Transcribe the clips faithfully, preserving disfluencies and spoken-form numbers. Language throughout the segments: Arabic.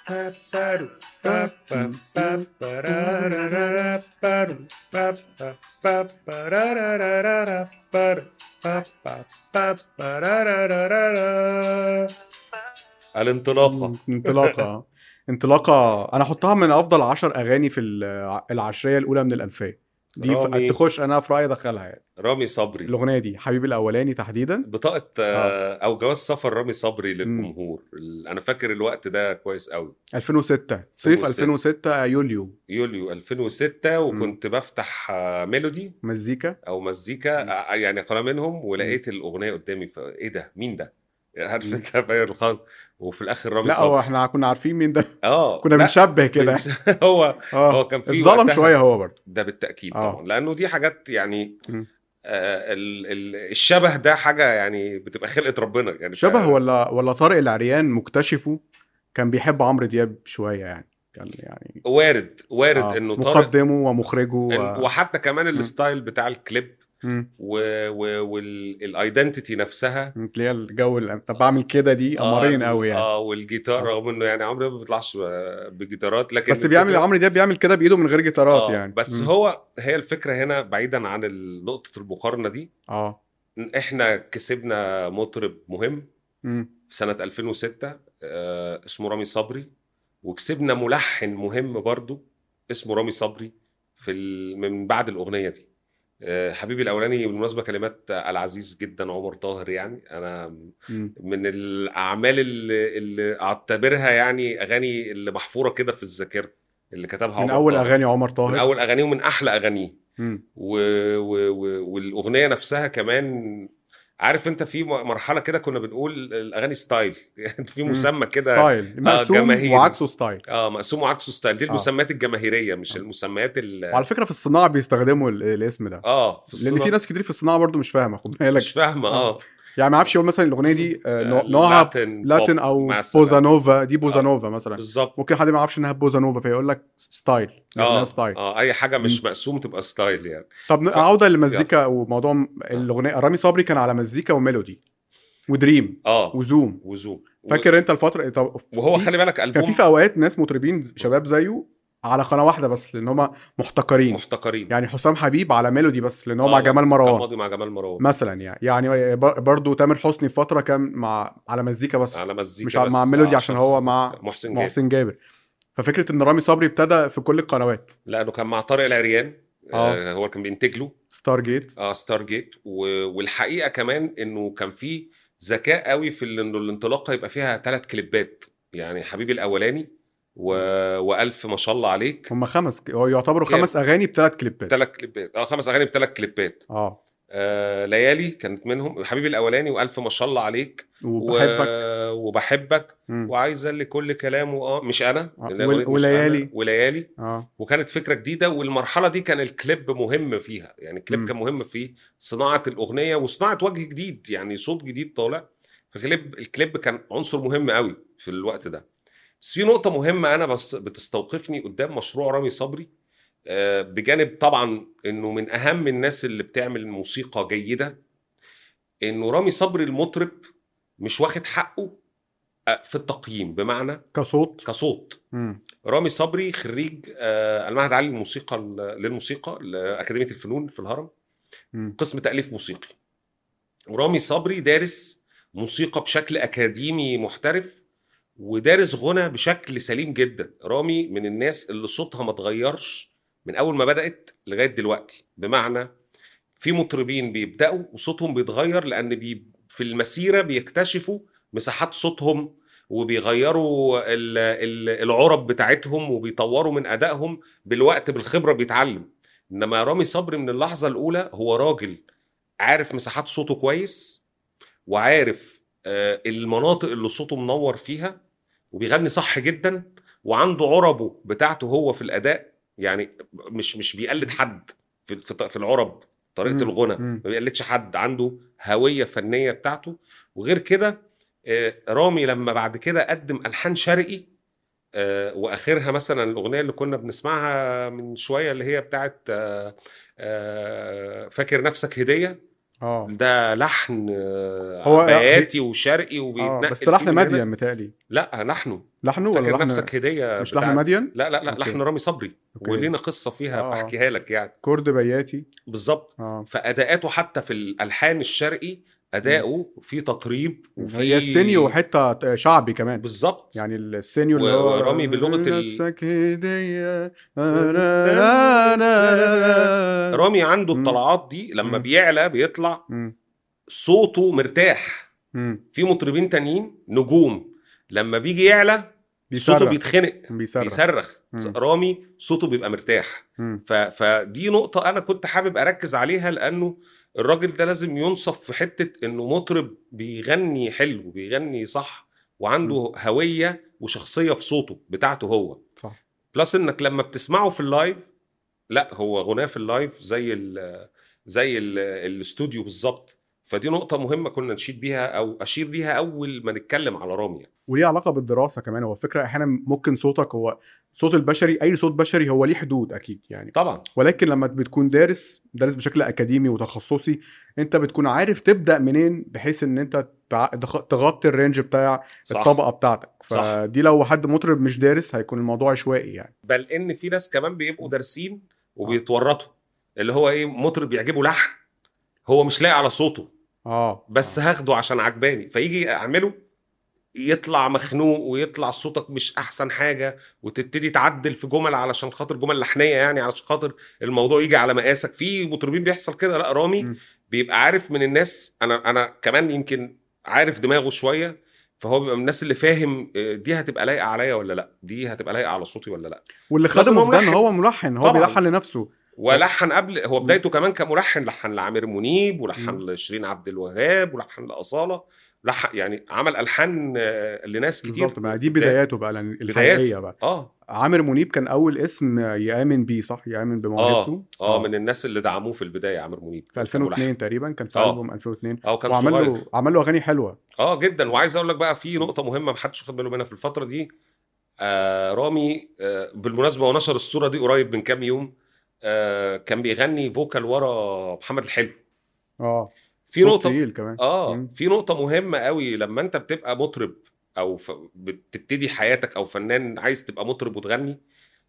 الانطلاقة. انطلاقة انطلاقة انا احطها من افضل عشر اغاني في الع- العشرية الاولى من الالفية دي، ف- رامي تخش انا في رأيي ادخلها يعني. رامي صبري الاغنية دي حبيبي الاولاني تحديدا. بطاقة اه آه، او جواز سفر رامي صبري امم للجمهور. ال- انا فاكر الوقت ده كويس قوي. ألفين وستة صيف ألفين وستة، ألفين وستة يوليو. يوليو ألفين وستة، امم وكنت بفتح آه، ميلودي مزيكا. او مزيكا، آه، يعني قناه منهم، مم. ولقيت الاغنيه قدامي، فايه ده؟ مين ده؟ عارف مم. انت باير الخان. وفي الاخر رامي لا هو صبري. احنا كنا عارفين مين ده. اه كنا لا بنشبه كده. بنش... هو هو اه كان في اتظلم شويه وقتها. هو برضه. ده بالتاكيد طبعا، اه لانه دي حاجات يعني مم. آه ال... ال... الشبه ده حاجه يعني بتبقى خلقه ربنا يعني ف... شبه ولا ولا طارق العريان مكتشفه كان بيحب عمرو دياب شويه يعني، كان يعني وارد وارد اه انه طارق. مقدمه ومخرجه ال... و... وحتى كمان مم. الستايل بتاع الكليب مم. والايدنتيتي نفسها. اللي هي الجو اللي طب بعمل كده دي اه قمرين ال- قوي يعني. اه والجيتار، اه رغم انه يعني عمرو ما بيطلعش ب- بجيتارات، لكن بس بيعمل الفكره عمرو دياب بيعمل كده بايده من غير جيتارات اه يعني. بس مم. هو هي الفكره هنا بعيدا عن ال- نقطه المقارنه دي. اه إن احنا كسبنا مطرب مهم مم. في سنه ألفين وستة، آه اسمه رامي صبري، وكسبنا ملحن مهم برضو اسمه رامي صبري في ال... من بعد الاغنيه دي. آه، حبيبي الاولاني بالمناسبه كلمات العزيز جدا عمر طاهر. يعني انا مم. من الاعمال اللي, اللي اعتبرها يعني اغاني اللي محفوره كده في الذاكره، اللي كتبها من عمر اول طاهر. اغاني عمر من طاهر. اول اغانيه ومن احلى اغانيه. مم. و... و... و... والاغنيه نفسها كمان. عارف انت في م- مرحله كده كنا بنقول الاغاني ستايل يعني في مم. مسمى كده. ستايل اه مقسوم جماهيري. وعكسه ستايل. اه مقسوم وعكسه ستايل، دي اه المسميات الجماهيريه مش اه المسميات وعلى ال... فكره في الصناعه بيستخدموا ال- الاسم ده، اه في لان في الصناعه. ناس كتير في الصناعه برضو مش فاهمه، خد مش بالك. فاهمه اه اه. يعني ما اعرفش يقول مثلا الاغنيه دي آه، نوع- نوعها لاتين لاتين بوب او مثلا. بوزانوفا، دي اه بوزانوفا مثلا. بالظبط. ممكن حد ما يعرفش انها بوزانوفا فيقول لك ستايل، دي اغنيه اه ستايل. اه اي حاجه مش مم. مقسوم تبقى ستايل يعني. طب ف عوده يلا. للمزيكا وموضوع م- اه الاغنيه، رامي صبري كان على مزيكا وميلودي ودريم اه وزوم. وزوم و... فاكر انت الفتره؟ طب وهو في خلي بالك كان في في البوم اوقات ناس مطربين شباب زيه على قناه واحده بس لان هم محتكرين. محتكرين. يعني حسام حبيب على ميلودي بس لان هو مع اه لا جمال كان مروان ماضي مع جمال مروان. مثلا يعني. يعني بر- برضو تامر حسني في فتره كان مع على مزيكا بس، على مش مزيكا على مع بس ميلودي عشان عشان هو خاطر مع محسن جابر. محسن جابر. ففكره ان رامي صبري ابتدى في كل القنوات. لانه كان مع طارق العريان. اه آه هو كان بينتج له. ستار جيت. اه ستار جيت و... والحقيقه كمان انه كان في ذكاء قوي في ال- انه الانطلاقه يبقى فيها ثلاث كليبات. يعني حبيبي الاولاني و... والف ما شاء الله عليك. هم خمس، هو يعتبروا كام؟ خمس اغاني بثلاث كليبات. ثلاث كليبات، اه خمس اغاني بثلاث كليبات. اه آه ليالي كانت منهم، حبيبي الاولاني والف ما شاء الله عليك و... وبحبك. وبحبك مم. وعايزه اللي كل كلامه اه مش انا، آه. اللي هي ول- اغنيه مش انا وليالي. وليالي. اه وكانت فكره جديده، والمرحله دي كان الكليب مهم فيها. يعني الكليب مم. كان مهم في صناعه الاغنيه وصناعه وجه جديد، يعني صوت جديد طالع. فالكليب الكليب كان عنصر مهم قوي في الوقت ده. بس في نقطه مهمه انا بس بتستوقفني قدام مشروع رامي صبري. آه، بجانب طبعا انه من اهم الناس اللي بتعمل موسيقى جيده، انه رامي صبري المطرب مش واخد حقه آه، في التقييم. بمعنى كصوت. كصوت. مم. رامي صبري خريج آه، المعهد العالي للموسيقى للموسيقى لأكاديمية الفنون في الهرم، مم. قسم تأليف موسيقي. ورامي صبري دارس موسيقى بشكل أكاديمي محترف، ودارس غنى بشكل سليم جدا. رامي من الناس اللي صوتها ما اتغيرش من أول ما بدأت لغاية دلوقتي. بمعنى في مطربين بيبدأوا وصوتهم بيتغير لأن بي في المسيرة بيكتشفوا مساحات صوتهم، وبيغيروا ال- ال- العرب بتاعتهم، وبيطوروا من أدائهم بالوقت، بالخبرة بيتعلم. إنما رامي صبري من اللحظة الأولى هو راجل عارف مساحات صوته كويس، وعارف آه، المناطق اللي صوته منور فيها، وبيغني صح جدا، وعنده عربه بتاعته هو في الأداء. يعني مش مش بيقلد حد في في في العرب. طريقة مم. الغنى ما مم. بيقلدش حد، عنده هوية فنية بتاعته. وغير كده آه، رامي لما بعد كده قدم ألحان شرقي، آه، واخرها مثلا الاغنيه اللي كنا بنسمعها من شويه اللي هي بتاعت آه، آه، فاكر نفسك هديه. اه ده لحن آه، هو هي... بياتي وشرقي اه بس وبيتنقل ده فيه لحن من هنا. مدين متهيألي. لا لحنه. لحنه ولا فاكر لحن؟ نفسك هديه مش لحن بتاعت. مدين. لا لا لا، اوكي لحن رامي صبري، اوكي. ولينا قصه فيها ابقى اه احكيها لك يعني. كرد بياتي. بالظبط. اه. فاداءاته حتى في الالحان الشرقي، مم. اداؤه في تطريب هي السينيو وفي. حته شعبي كمان. بالظبط. يعني السينيو اللي و- هو ورامي بلغه ال... نفسك هدية. رامي عنده مم. الطلعات دي لما مم. بيعلى بيطلع مم. صوته مرتاح. مم. في مطربين تانيين نجوم لما بيجي يعلى صوته بيصرخ. بيتخنق، بيصرخ. بيصرخ. مم. رامي صوته بيبقى مرتاح. مم. ف... فدي نقطة أنا كنت حابب أركز عليها، لأنه الراجل ده لازم ينصف في حتة إنه مطرب بيغني حلو، بيغني صح، مم. وعنده هوية وشخصية في صوته بتاعته هو. صح. بلس إنك لما بتسمعه في اللايف، لا هو غناه في اللايف زي ال زي ال الاستوديو بالظبط. فدي نقطة مهمة كنا نشيد بيها أو أشير ليها أول ما نتكلم على رامي. وليه علاقه بالدراسه كمان. هو الفكره احيانا ممكن صوتك هو صوت البشري، اي صوت بشري هو ليه حدود اكيد يعني. طبعا. ولكن لما بتكون دارس دارس بشكل اكاديمي وتخصصي، انت بتكون عارف تبدا منين بحيث ان انت تع- تغ- تغطي الرينج بتاع صح. الطبقه بتاعتك. صح. فدي لو حد مطرب مش دارس هيكون الموضوع عشوائي يعني. بل ان في ناس كمان بيبقوا دارسين اه وبيتورطوا، اللي هو ايه، مطرب يعجبه لحن هو مش لاقي على صوته، اه بس اه هاخده عشان عجباني، فيجي اعمله يطلع مخنوق ويطلع صوتك مش احسن حاجه، وتبتدي تعدل في جمل علشان خاطر جمل لحنيه، يعني علشان خاطر الموضوع يجي على مقاسك. في مطربين بيحصل كده. لا رامي مم. بيبقى عارف من الناس. انا انا كمان يمكن عارف دماغه شويه، فهو بيبقى من الناس اللي فاهم آه، دي هتبقى لايقه عليا ولا لا، دي هتبقى لايقه على صوتي ولا لا. واللي بلس ان خدمه هو في ده ان ملحن. هو ملحن، هو طبعا. بيلحن لنفسه. ف... ولحن قبل، هو مم. بدايته كمان كملحن، لحن لعامر منيب ولحن مم. لشيرين عبد الوهاب ولحن لأصالة. لحن يعني عمل ألحان آه، لناس كتير بالظبط، ما في دي بدايته. بداياته بقى لأن بداياته. الحقيقيه بقى. اه. عامر منيب كان اول اسم يامن بيه، صح؟ يامن بموهبته. اه. اه من اه الناس اللي دعموه في البداية عامر منيب في كملحن. ألفين واثنين تقريبا كان في اه. البوم ألفين واثنين. اه كان وعمل صغير. له عمل له اغاني حلوه. اه جدا. وعايز اقول لك بقى في نقطة مهمة محدش واخد باله منها في الفترة دي. آه رامي آه بالمناسبة ونشر الصورة دي قريب من كام يوم. آه كان بيغني فوكال ورا محمد الحلو. اه في صوت نقطة. تقيل كمان. اه مم. في نقطة مهمة قوي لما انت بتبقى مطرب او ف... بتبتدي حياتك او فنان عايز تبقى مطرب وتغني.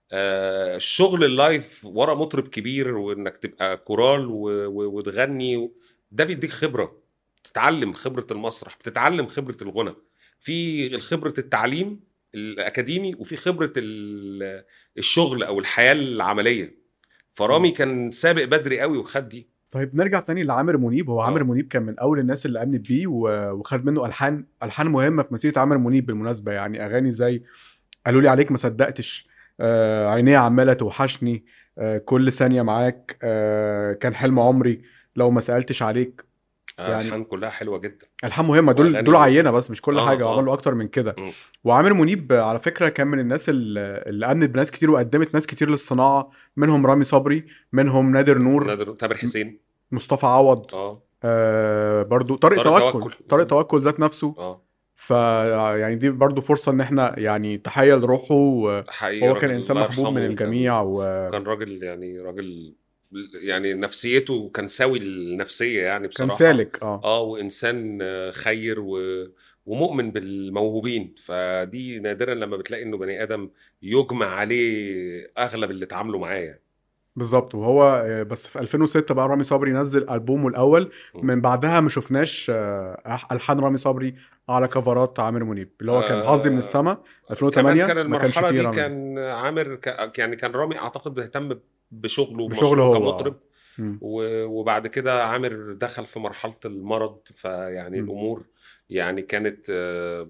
آه الشغل اللايف ورا مطرب كبير، وانك تبقى كورال و... و... وتغني و... ده بيديك خبرة. بتتعلم خبرة المسرح، بتتعلم خبرة الغنى، في خبرة التعليم الأكاديمي، وفي خبرة ال... الشغل أو الحياة العملية. مم. فرامي كان سابق بدري قوي وخد دي. طيب نرجع تاني لعامر منيب. هو عامر اه. منيب كان من اول الناس اللي امنت بيه و- وخد منه الحان الحان مهمه في مسيره عامر منيب بالمناسبه. يعني اغاني زي قالوا لي عليك ما صدقتش، آه عينيه عماله توحشني، آه كل ثانيه معاك، آه كان حلم عمري، لو ما سالتش عليك. يعني الحان كلها حلوه جدا. الحان مهمه، دول دول واغاني. عينه بس مش كل حاجه، اه. وعمل له اه. اكتر من كده. مم. وعامر منيب على فكره كان من الناس اللي اللي امنت بناس كتير وقدمت ناس كتير للصناعه، منهم رامي صبري، منهم نادر نور، نادر، تامر م- حسين. مصطفى عوض، اه. آه برضو طارق طارق توكل. توكل. طارق مم. توكل ذات نفسه. اه. ف يعني دي برضو فرصه ان احنا يعني تحيه لروحه. حقيقي وهو كان راجل انسان الله محبوب من يرحمه. كان الجميع و... كان راجل يعني راجل، يعني نفسيته كان سوي النفسيه يعني كان بصراحه. سالك. اه اه وانسان آه، خير و ومؤمن بالموهوبين. فدي نادرا لما بتلاقي انه بني ادم يجمع عليه اغلب اللي اتعاملوا معاه يعني. بالظبط. وهو آه، بس في ألفين وستة بقى رامي صبري نزل ألبومه الأول. مم. من بعدها ما شفناش آه، أح- ألحان رامي صبري على كفرات عامر منيب، اللي هو كان حظي من آه السما كمان كان ألفين وثمانية ما كانش المرحلة فيه دي رامي. كان عامر ك... يعني كان رامي أعتقد بيهتم بشغله بشغله ومشروعه هو. اه. كمطرب. مم. و... وبعد كده عامر دخل في مرحلة المرض، فيعني مم. الأمور يعني كانت آه،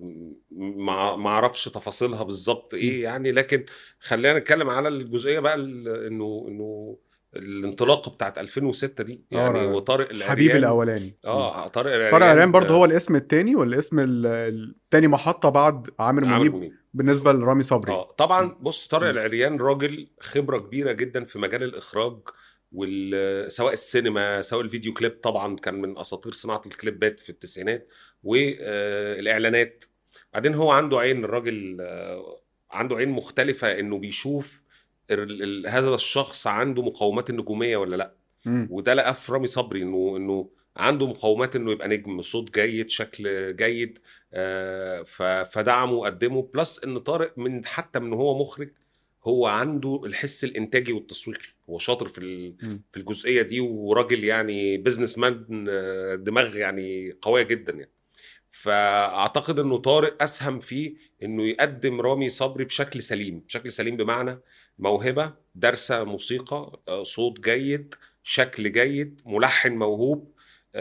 ما ما اعرفش تفاصيلها بالظبط مم. ايه يعني، لكن خلينا نتكلم على الجزئية بقى ال- انه انه الانطلاقه بتاعت ألفين وستة دي اه يعني. ر- وطارق حبيبي العريان. الأولاني. مم. اه طارق طارق عريان العريان برضه هو آه، الاسم التاني والاسم ال- التاني محطة بعد عامر عامر منيب منيب. بالنسبة لرامي صبري. اه طبعا. بص طارق مم. العريان راجل خبره كبيره جدا في مجال الاخراج، وال سواء السينما سواء الفيديو كليب. طبعا كان من اساطير صناعه الكليبات في التسعينات والاعلانات. بعدين هو عنده عين الراجل، آه، عنده عين مختلفه، انه بيشوف ال- ال- هذا الشخص عنده مقومات النجوميه ولا لا. مم. وده لقى في رامي صبري انه انه عنده مقومات انه يبقى نجم، صوت جيد، شكل جيد. آه، ف- فدعمه وقدمه. بلس ان طارق من حتى من هو مخرج، هو عنده الحس الانتاجي والتسويقي، هو شاطر في ال- مم. في الجزئيه دي، وراجل يعني بيزنس مان، آه، دماغ يعني قويه جدا يعني. فاعتقد انه طارق اسهم في انه يقدم رامي صبري بشكل سليم، بشكل سليم بمعنى موهبه دارسه موسيقى، آه، صوت جيد، شكل جيد، ملحن موهوب،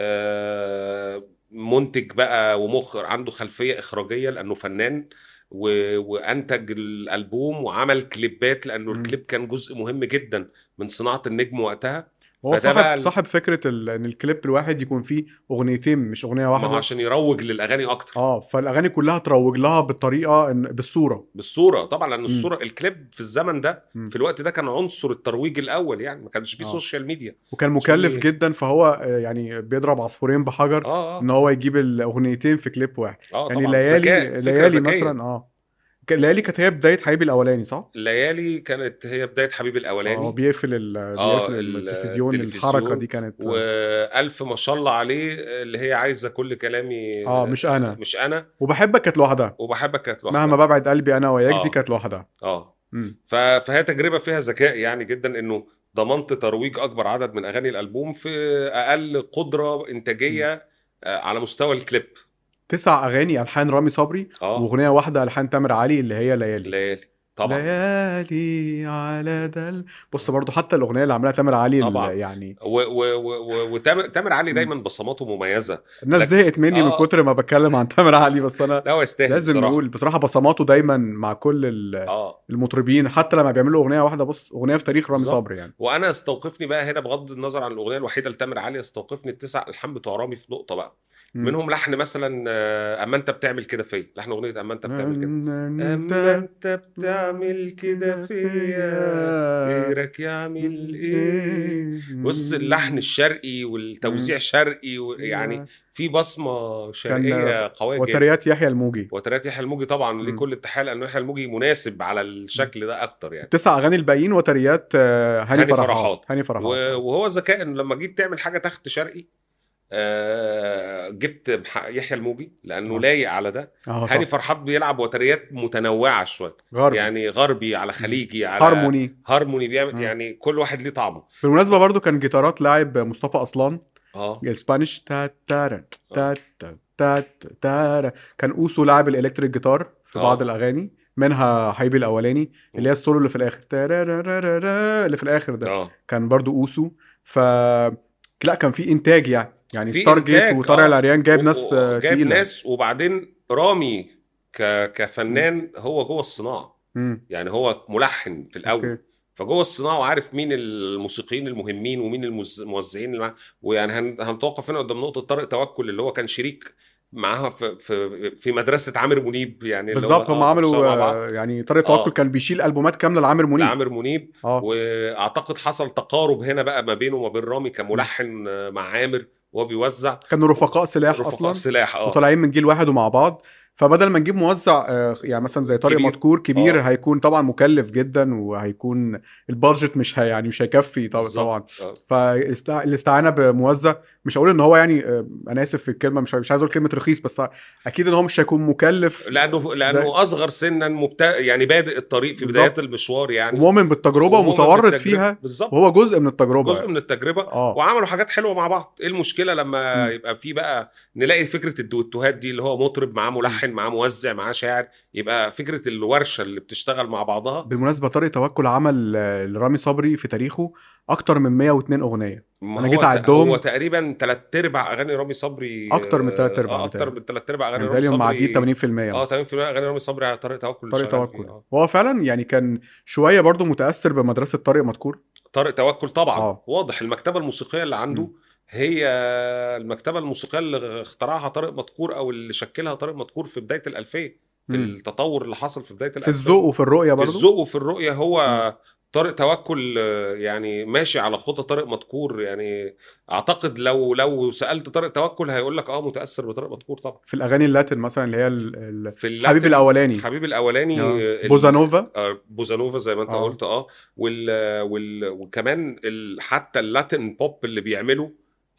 آه، منتج بقى ومخرج عنده خلفيه اخراجيه لانه فنان، و- وانتج الالبوم وعمل كليبات، لانه مم. الكليب كان جزء مهم جدا من صناعه النجم وقتها. هو فده صاحب بقى ال- صاحب فكره ال... ان الكليب الواحد يكون فيه اغنيتين مش اغنيه ما هو واحده. عشان يروج للاغاني اكتر. اه، فالاغاني كلها تروج لها بالطريقه إن... بالصوره. بالصوره طبعا، لان امم. الصوره الكليب في الزمن ده، امم. في الوقت ده كان عنصر الترويج الاول يعني، ما كانش فيه اه، سوشيال ميديا. وكان مش مكلف فيه. جدا، فهو آه، يعني بيضرب عصفورين بحجر، اه ان اه هو يجيب الاغنيتين في كليب واحد. اه يعني طبعا ذكاء، ليالي فكره ليالي ذكيه. مثلا، اه، ك- ليالي كانت هي بدايه حبيبي الاولاني، صح؟ الليالي كانت هي بدايه حبيبي اه، هو الاولاني. بيقفل ال... بيقفل اه ال- التلفزيون، الحركه دي التلفزيون. كانت اه والف ما شاء الله عليه، اللي هي عايزه كل كلامي، آه، مش آه، انا، مش انا. وبحبك كانت لوحدها. وبحبك كانت مهما لوحدها. ببعد قلبي انا وياك دي اه كانت لوحدها. اه امم. ف- فهي تجربة فيها ذكاء يعني جدا، انه ضمنت ترويج اكبر عدد من اغاني الالبوم في اقل قدرة انتاجية، آه، على مستوى الكليب. تسع اغاني الحان رامي صبري، اه واغنيه واحده الحان تامر علي اللي هي ليالي. ليالي طبعا. ليالي على دل. بص برضو حتى الاغنيه اللي عملها تامر علي ال- طبعا. يعني و- و- و- و- وتامر تامر علي مم. دايما بصماته مميزة. الناس لك زهقت مني من اه كتر ما بتكلم عن تامر علي، بس انا لا هو يستاهل لازم نقول بصراحة. بصراحه بصماته دايما مع كل ال- اه المطربين، حتى لما بيعملوا اغنيه واحده. بص، اغنيه في تاريخ رامي بالظبط. صبري يعني. وانا استوقفني بقى هنا، بغض النظر عن الاغنيه الوحيده لتامر علي، استوقفني التسع الحان بتوع رامي في نقطه بقى. مم. منهم لحن مثلا، آه، اما انت بتعمل كده فيا، لحن اغنيه اما انت بتعمل كده. انت اما انت بتعمل كده كده فيا، فيا. غيرك يعمل ايه. بص اللحن الشرقي مم. والتوزيع شرقي، ويعني في بصمه كان شرقيه قويه جدا. وتريات يحيى الموجي. وترات يحيى الموجي طبعا ليه مم. كل التحيه، لانه يحيى الموجي مناسب على الشكل ده اكتر يعني. التسع اغاني الباقيين وتريات آه، هاني هاني فرحات. فرحات. هاني فرحات و- اه. وهو ذكاء انه لما جيت تعمل حاجه تخت شرقي، آه، جبت مح- يحيى الموجي لانه اه لايق على ده. اه هاني صح. فرحات بيلعب وتريات متنوعه شويه، غربي. يعني غربي على مم. خليجي على هارموني. هارموني، بيعمل اه. يعني كل واحد ليه طعمه. بالمناسبة برضو كان جيتارات لاعب مصطفى أصلان، اه الاسبانيش. تا تارا اه تا تا تا تارا. كان أوسو لاعب الإلكتريك جيتار في بعض اه الأغاني، منها حبيبي الأولاني اللي هي مم. السولو اللي في الآخر، تارارارارا اللي في الآخر ده، اه كان برضو أوسو. ف لا، كان في إنتاج يعني يعني في ستار جيت انتاج. وطارق اه العريان جايب ناس و- آه، وجايب تقيلة. ناس، وبعدين رامي ك... مم. كفنان هو جوه الصناعه. مم. يعني هو ملحن في اوكي. الاول، فجوه الصناعه وعارف مين الموسيقيين المهمين ومين المز- الموزعين اللي معاه. ويعني هن- هنتوقف هنا قدام نقطه طارق توكل، اللي هو كان شريك معاها في في في مدرسه عامر منيب، يعني اللي هم بالظبط، هم اه كانوا عملوا بيشتغلوا مع بعض. آه، يعني طارق توكل اه كان بيشيل ألبومات كاملة لعامر منيب. لعامر منيب. اه. واعتقد حصل تقارب هنا بقى ما بينه وما بين رامي مم. كملحن، آه، مع عامر وهو بيوزع. كانوا رفقاء سلاح رفقاء اصلا، سلاح اه وطالعين من جيل واحد ومع بعض. فبدل ما نجيب موزع آه، يعني مثلا زي طارق كبير. مدكور كبير، اه هيكون طبعا مكلف جدا، وهيكون البادجت مش هي يعني مش هيكفي طب- طبعا. بالظبط. اه فالاستعانه بموزع، مش هقول ان هو يعني آه، انا اسف في الكلمه، مش مش عايز اقول كلمه رخيص، بس اكيد ان هو مش هيكون مكلف لانه زي. لانه اصغر سنا، مبت... يعني بادئ الطريق في بدايات بالظبط. المشوار يعني. ومؤمن بالتجربه ومؤمن ومتورط بالتجربه فيها، بالظبط. وهو جزء من التجربه جزء يعني. من التجربه. اه. وعملوا حاجات حلوه مع بعض. ايه المشكله لما مم. يبقى في بقى نلاقي فكره الدويتوهات دي، اللي هو مطرب معاه مم. ملحن معاه موزع معاه شاعر، يبقى فكره الورشه اللي بتشتغل مع بعضها. بالمناسبة طارق توكل عمل آه، لرامي صبري في تاريخه أكتر من مية واتنين أغنية. ما أنا هو جيت ت... هو أعدهم، تقريبا ثلاث ارباع اغاني رامي صبري، أكتر من تلات اه أرباع آه، اكتر بتاعي، من ثلاث ارباع اغاني يعني رامي بتهيألي هم معديين صبري. تمانين في المية اه مثلا. ثمانين بالمية اغاني رامي صبري على طارق توكل اللي طارق شغال فيه. توكل اه هو فعلا يعني كان شوية برضو متأثر بمدرسة طارق مدكور. طارق توكل طبعا اه. واضح. المكتبه الموسيقيه اللي عنده مم. هي المكتبه الموسيقيه اللي اخترعها طارق مدكور، او اللي شكلها طارق مدكور في بدايه الالفيه، في مم. التطور اللي حصل في بدايه في الذوق الالفيه. وفي الرؤية في برضو. الذوق وفي الرؤيه. مم. هو طارق توكل، آه، يعني ماشي على خطى طارق مدكور يعني. اعتقد لو لو سالت طارق توكل هيقول لك اه متاثر بطارق مدكور طبعا. في الأغاني اللاتين مثلا اللي هي ال- ال- في حبيبي اللاتين الأولاني. حبيب الاولاني، اه، آه، ال- بوزانوفا. آه، بوزانوفا زي ما انت اه. قلت. اه وال وال وكمان ال حتى اللاتين بوب اللي بيعمله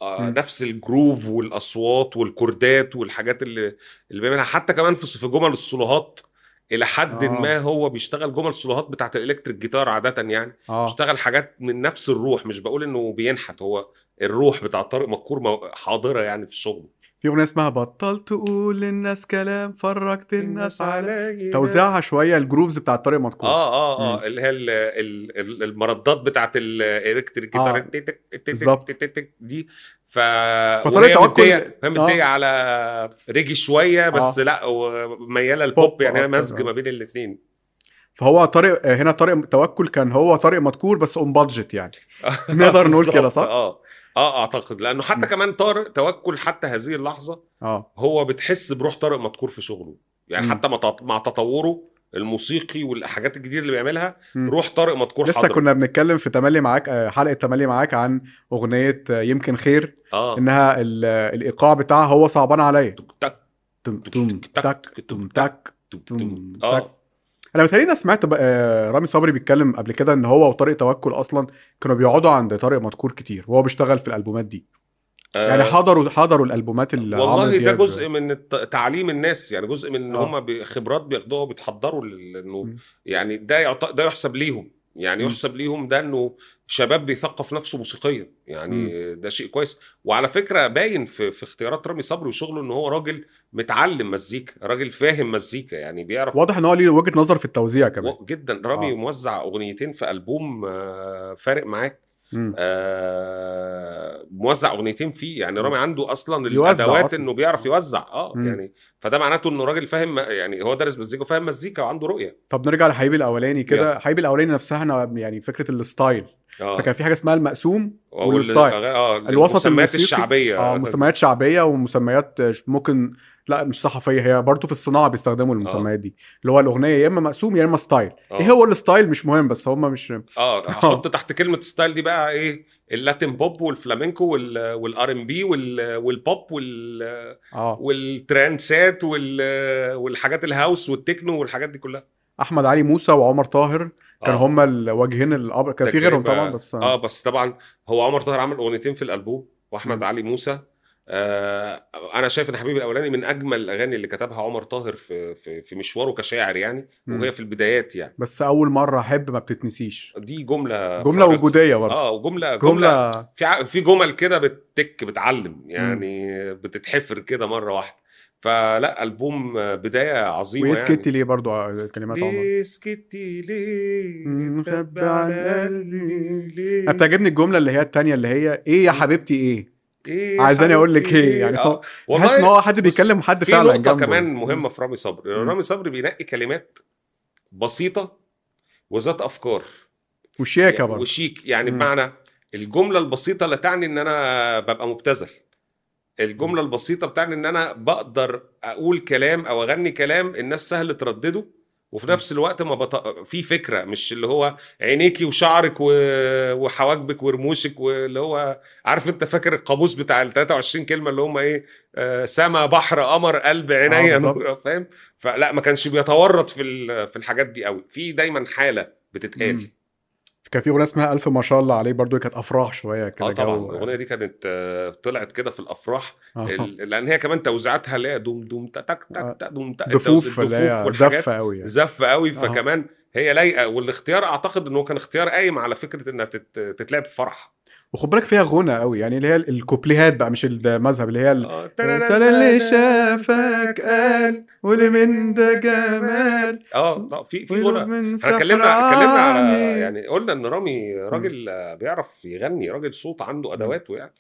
آه مم. نفس الجروف والاصوات والكوردات والحاجات اللي اللي بيعملها، حتى كمان في في جمل الصولوهات الى حد اه ما هو بيشتغل جمل الصولوهات بتاعت الالكتريك جيتار عاده يعني، اه بيشتغل حاجات من نفس الروح. مش بقول انه بينحت، هو الروح بتاع طارق مدكور مو- حاضره يعني في الشغل. في اغنيه اسمها بطلت تقول للناس كلام فرجت الناس الناس على عليا. توزيعها شويه الجروفز بتاع طارق مدكور. اه اه اه امم اللي هي ال- ال- ال- المردات بتاعت الالكتريك جيتار اه التيتك- التيتك- بالظبط. التيتك دي. ف فطارق وهي مديه، توكل وهي مديه اه على ريجي شويه بس، اه لا ومياله البوب، بوب يعني هي اكتر مزج اه. ما بين الاثنين. فهو طارق آه، هنا طارق توكل كان هو طارق مدكور بس اون بادجت يعني. نقدر نقول كده بالظبط صح؟ اه. اه اعتقد لانه حتى مم. كمان طارق توكل حتى هذه اللحظه اه هو بتحس بروح طارق مدكور في شغله، يعني امم حتى مع تط- مع تطوره الموسيقي والحاجات الجديده اللي بيعملها امم روح طارق مدكور لسه حاضره. كنا بنتكلم في تملي معاك آه، حلقه تملي معاك عن اغنيه آه، يمكن خير، اه انها ال- آه، الايقاع بتاعها هو صعبان عليا. تك تك تم تك تم تك تك تك تك تم تك تك تك تك. تم تك. اه انا متهيألي انا سمعت بقى آه، رامي صبري بيتكلم قبل كده ان هو وطارق توكل اصلا كانوا بيقعدوا عند طارق مدكور كتير وهو بيشتغل في الالبومات دي. يعني آه، حضروا حضروا الالبومات اللي عمرو والله ده دياب. جزء من الت- تعليم الناس، يعني جزء من ان اه هم خبرات بياخدوها وبيتحضروا ل- لانه مم. يعني ده يعط... ده يحسب ليهم، يعني مم. يحسب ليهم ده انه شباب بيثقف نفسه موسيقيا، مم. يعني ده شيء كويس. وعلى فكرة باين في في اختيارات رامي صبري وشغله ان هو راجل متعلم مزيكا، راجل فاهم مزيكا، يعني بيعرف واضح ان هو ليه وجهة نظر في التوزيع كمان. و- جدا. رامي اه موزع اغنيتين في ألبوم آه، فارق معاك، مم. آه، موزع اغنيتين فيه، يعني مم. رامي عنده اصلا بيوزع الادوات اصلا. انه بيعرف اه يوزع اه مم. يعني. فده معناته انه راجل فاهم، يعني هو دارس مزيكا وفاهم مزيكا وعنده رؤيه. طب نرجع لحبيبي الاولاني يلا كده. حبيبي الاولاني نفسها انا يعني فكرة الستايل، فكان اه في حاجة اسمها المقسوم وال والستايل. اه الوسط المسميات الموسيقي اه الشعبيه. مسميات شعبيه ومسميات آه، ممكن لا مش صحفيه، هي برضو في الصناعه بيستخدموا اه المسميات دي، اللي هو الاغنيه يا اما مقسوم يا اما ستايل. ايه اه هو الستايل مش مهم بس هم مش اه هحط اه تحت كلمه ستايل دي بقى ايه؟ اللاتين بوب والفلامينكو والار ام بي والبوب وال اه والترانسات وال والحاجات الهاوس والتكنو والحاجات دي كلها. احمد علي موسى وعمر طاهر كانوا اه هم الوجهين الأب... كان في غيرهم تجربة. طبعا بس اه اه بس طبعا هو عمر طاهر عمل اغنيتين في الالبوم، واحمد مم. علي موسى. آه انا شايف ان حبيبي الاولاني من اجمل الاغاني اللي كتبها عمر طاهر في في في مشواره كشاعر يعني، وهي مم. في البدايات يعني. بس اول مره احب ما بتتنسيش. دي جملة جمله فارقة. وجوديه برضو. اه وجملة جملة جمله في ع- في جمل كده بتتك بتعلم مم. يعني، بتتحفر كده مرة واحدة. فلا ألبوم بداية عظيمة واسكتي يعني. ليه برضو آه، كلمات عمر. ليه سكتي ليه مخبي تخبي عن على قلبي. قلبي انا ليه؟ بتعجبني الجمله اللي هي التانية اللي هي ايه يا حبيبتي ايه. ايه يا عايزاني اقول حبيبتي لك ايه ايه؟ يعني هو اه تحس ان والله. هو حد بص بيكلم حد في فعلا نقطة جنبه. كمان مم. مهمة في رامي صبري، مم. رامي صبري بينقي كلمات بسيطة وذات أفكار وشياكه يعني برضه. وشيك، يعني مم. بمعنى الجملة البسيطة لا تعني ان انا ببقى مبتذل، مم. الجملة البسيطة بتعني ان انا بقدر اقول كلام او اغني كلام الناس سهل تردده، وفي مم. نفس الوقت ما بط... في فكرة، مش اللي هو عينيكي وشعرك و... وحواجبك ورموشك، واللي هو عارف انت فاكر القاموس بتاع ال ثلاثة وعشرين كلمة اللي هم ايه؟ آه سما بحر قمر قلب اه عينيا بالظبط. نور، فاهم؟ فلا ما كانش بيتورط في ال... في الحاجات دي قوي، في دايما حالة بتتقال. مم. كان في اغنيه اسمها الف ما شاء الله عليه برضه كانت افراح شويه اه كده طبعا جو. الاغنيه دي كانت آه، طلعت كده في الافراح، اه ال- لان هي كمان توزيعاتها اللي هي دوم دوم تك تك تك آه. تك دوم تك، التوز- ضفوف اللي الدفوف هي والحاجات زفه قوي يعني. زفه قوي، اه فكمان هي لايقه. والاختيار اعتقد انه كان اختيار قايم على فكره انها تت- تتلعب في فرح. وخد بالك فيها غنى قوي يعني اللي هي الكوبليهات بقى مش المذهب اللي هي ال- اه سال اللي ترارارارا شافك قال فكان واللي من ده جمال. جمال اه لا في في ويدوب غنى. من احنا سحر اتكلمنا اتكلمنا على، عيني. يعني قلنا ان رامي مم. راجل آه، بيعرف يغني، راجل صوت عنده مم. ادواته يعني،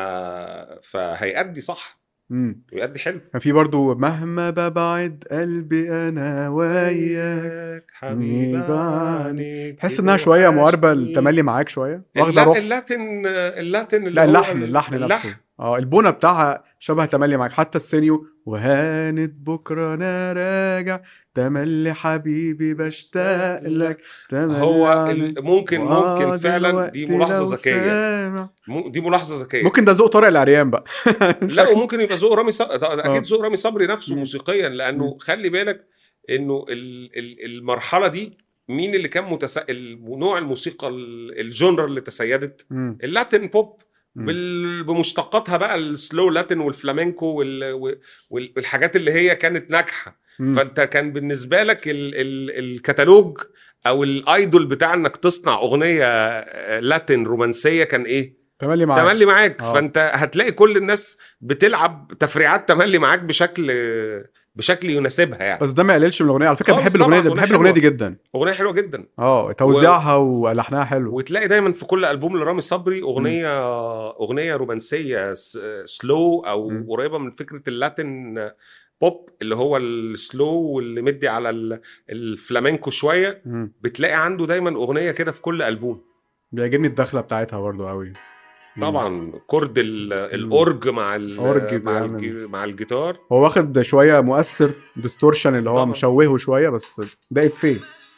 ما فهيأدي صح مم. ويأدي حلو. كان في برضو مهما ببعد قلبي انا وياك وياك حبيب يبعني. عنيك تحس انها شويه مقاربه التملي بتوحشني. معاك شويه واخده اللا- روح. اللاتن اللاتن اللي لا هو اللحن ال- اللحن نفسه اللحن. اه البونه بتاعها شبه تملي معاك حتى السينيو وهانت بكره انا راجع تملي حبيبي بشتاق لك تملي هو عني ال- ممكن ممكن واه فعلا دي دلوقتي ملاحظة لو ذكية، سامع. م- دي ملاحظة ذكية. ممكن ده ذوق طارق العريان بقى لا شكل. وممكن يبقى ذوق رامي صبري، اكيد اه ذوق رامي صبري نفسه مم. موسيقيا، مم. لانه خلي بالك انه ال- ال- المرحلة دي مين اللي كان متس... ال- نوع الموسيقى ال- الجونرا اللي تسيدت؟ مم. اللاتين بوب. مم. بال- بمشتقاتها بقى السلو لاتين والفلامينكو وال... وال- والحاجات اللي هي كانت ناجحه. مم. فانت كان بالنسبه لك ال... ال... الكتالوج او الايدول بتاع انك تصنع اغنيه آه، لاتين رومانسيه كان ايه؟ تملي معاك. تملي معاك. اه فانت هتلاقي كل الناس بتلعب تفريعات تملي معاك بشكل بشكل يناسبها يعني. بس ده ما يقللش من الاغنيه على فكره، خالص بحب الاغنيه طبعا، دي، اغنيه بحب الاغنيه دي حلوه، جدا. اغنيه حلوه جدا. اه و... توزيعها ولحنها حلو. وتلاقي دايما في كل البوم لرامي صبري مم. اغنيه اغنيه رومانسيه س... سلو او مم. قريبه من فكره اللاتين بوب اللي هو السلو واللي مدي على ال- الفلامينكو شويه. مم. بتلاقي عنده دايما اغنيه كده في كل البوم. بيعجبني الدخله بتاعتها برضو قوي. مم. طبعا كورد ال- مم. الاورج مع اورج ال مع بيعمل، الج مع الجيتار. هو واخد شويه مؤثر ديستورشن اللي هو طبعا مشوهه شويه، بس ده افيه.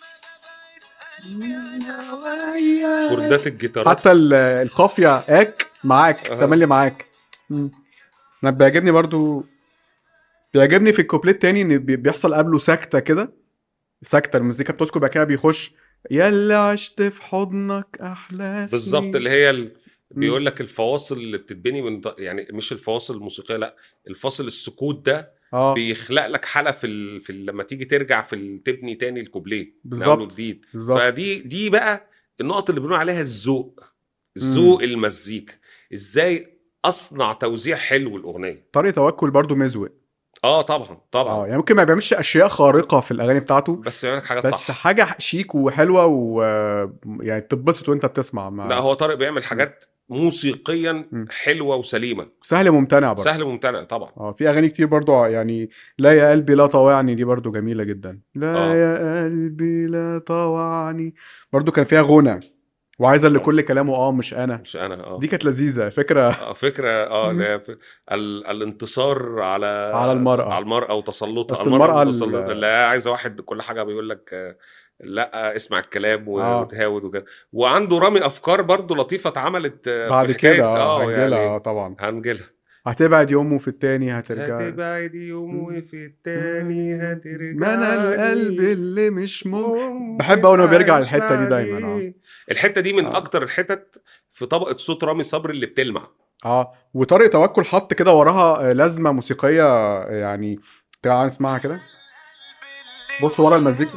كوردات الجيتارات. حتى ال- القافيه اك معاك أها. تملي معاك. مم. انا بيعجبني برضو، بيعجبني في الكوبليه التاني ان بي- بيحصل قبله سكته كده، سكته المزيكا بتسكت بعد كده بيخش يلا عشت في حضنك احلى بالظبط، سنين. اللي هي ال... مم. بيقول لك الفواصل اللي بتتبني من ض- يعني مش الفواصل الموسيقيه، لا، الفاصل السكوت ده اه بيخلق لك حاله في ال... في ال... لما تيجي ترجع في ال... تبني تاني الكوبليه من اول بالظبط وجديد. بالظبط. فدي دي بقى النقط اللي بنقول عليها الذوق، مم. ذوق المزيكا. ازاي اصنع توزيع حلو الاغنيه. طريق توكل برضو مزوق. اه طبعا اه طبعا. يعني ممكن ما بيعملش اشياء خارقه في الاغاني بتاعته، بس يعمل لك حاجات بس صح. حاجه شيك وحلوه و يعني تتبسط وانت بتسمع لا ما... هو طارق بيعمل حاجات موسيقيا مم. حلوه وسليمه. سهل ممتنع برضو. سهل ممتنع طبعا. اه في اغاني كتير برضو يعني، لا يا قلبي لا طوعني دي برضو جميله جدا، لا اه يا قلبي لا طوعني، برضو كان فيها غنى، وعايزه اللي اه كل كلامه اه مش انا، مش انا اه. دي كانت لذيذه فكره. آه، فكرة اه لا ف- ال... الانتصار على على على المرأة، المرأة وتسلطها على بس المرأة المرأة وتسلطها. ال... لا عايزة واحد كل حاجة بيقول لك آه، لا اسمع الكلام و- اه وتهاود وكده. وعنده رامي افكار برضو لطيفة اتعملت آه، في بعد كده حكاية اه اه هنجيلها اه يعني. طبعا، هنجيلها. هتبعد يوم وفي التاني هترجع. هتبعد يوم وفي التاني ما انا القلب هترجعني، اللي مش مم... بحب ممكن اول ما بيرجع عايش للحته دي دايما. اه بعدين. الحتة دي من اه اكتر الحتت في طبقة صوت رامي صبري اللي بتلمع. اه وطارق توكل حط كده وراها آه، لازمه موسيقيه آه، يعني تعال نسمعها كده. بص ورا المزيكا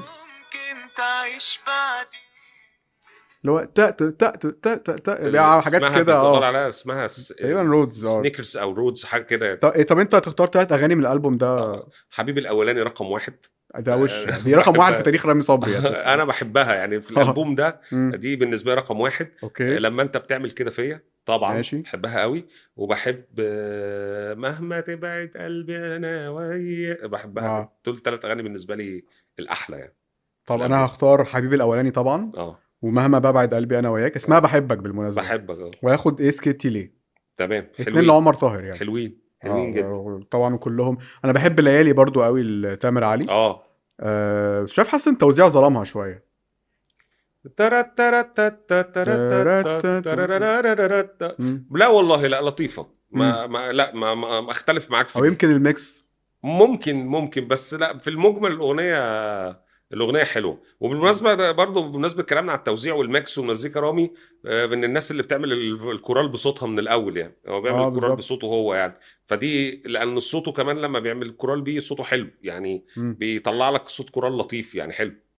اللي هو تا تا تا تا تا تا ال- بيع حاجات اسمها كده بيقول اه عليها اسمها س... تقريبا رودز اه. سنيكرز او رودز حاجه كده. طب إيه، طب انت هتختار ثلاث اغاني من الالبوم ده؟ آه، حبيبي الاولاني رقم واحد. ده وش آه، يعني دي رقم واحد في بحبها. تاريخ رامي صبري اساسا. انا بحبها يعني في اه الالبوم ده. أمم، دي بالنسبه لي رقم واحد. آه، اوكي لما انت بتعمل كده فيا طبعا ماشي. بحبها قوي. وبحب آه، مهما تبعد قلبي انا وياك بحبها قوي. اه دول ثلاث اغاني بالنسبه لي الاحلى يعني في طب انا الالبوم. هختار حبيبي الاولاني طبعا، اه ومهما ببعد قلبي انا وياك، اسمها اه بحبك بالمناسبه، بحبك اه. وهاخد ايه سكتي ليه. تمام اتنين حلوين. لعمر طاهر يعني. حلوين حلوين جدا. اه طبعا كلهم. انا بحب الليالي برضو قوي لتامر علي. اه آه شايف حاسس ان توزيع ظلمها شويه. مم. لا والله لا لطيفة. مم. ما, ما لا ما, ما ما اختلف معاك في او دي. يمكن الميكس. ممكن ممكن بس لا في المجمل الأغنية الأغنية حلوة. وبالمناسبة ده برضو بمناسبة كلامنا على التوزيع والميكس والمزيكا، رامي آه، من الناس اللي بتعمل ال- الكورال بصوتها من الأول يعني. هو بيعمل اه الكورال بالظبط. بصوته هو يعني. فدي لأن صوته كمان لما بيعمل الكورال بيه صوته حلو يعني. مم. بيطلع لك صوت كورال لطيف يعني حلو.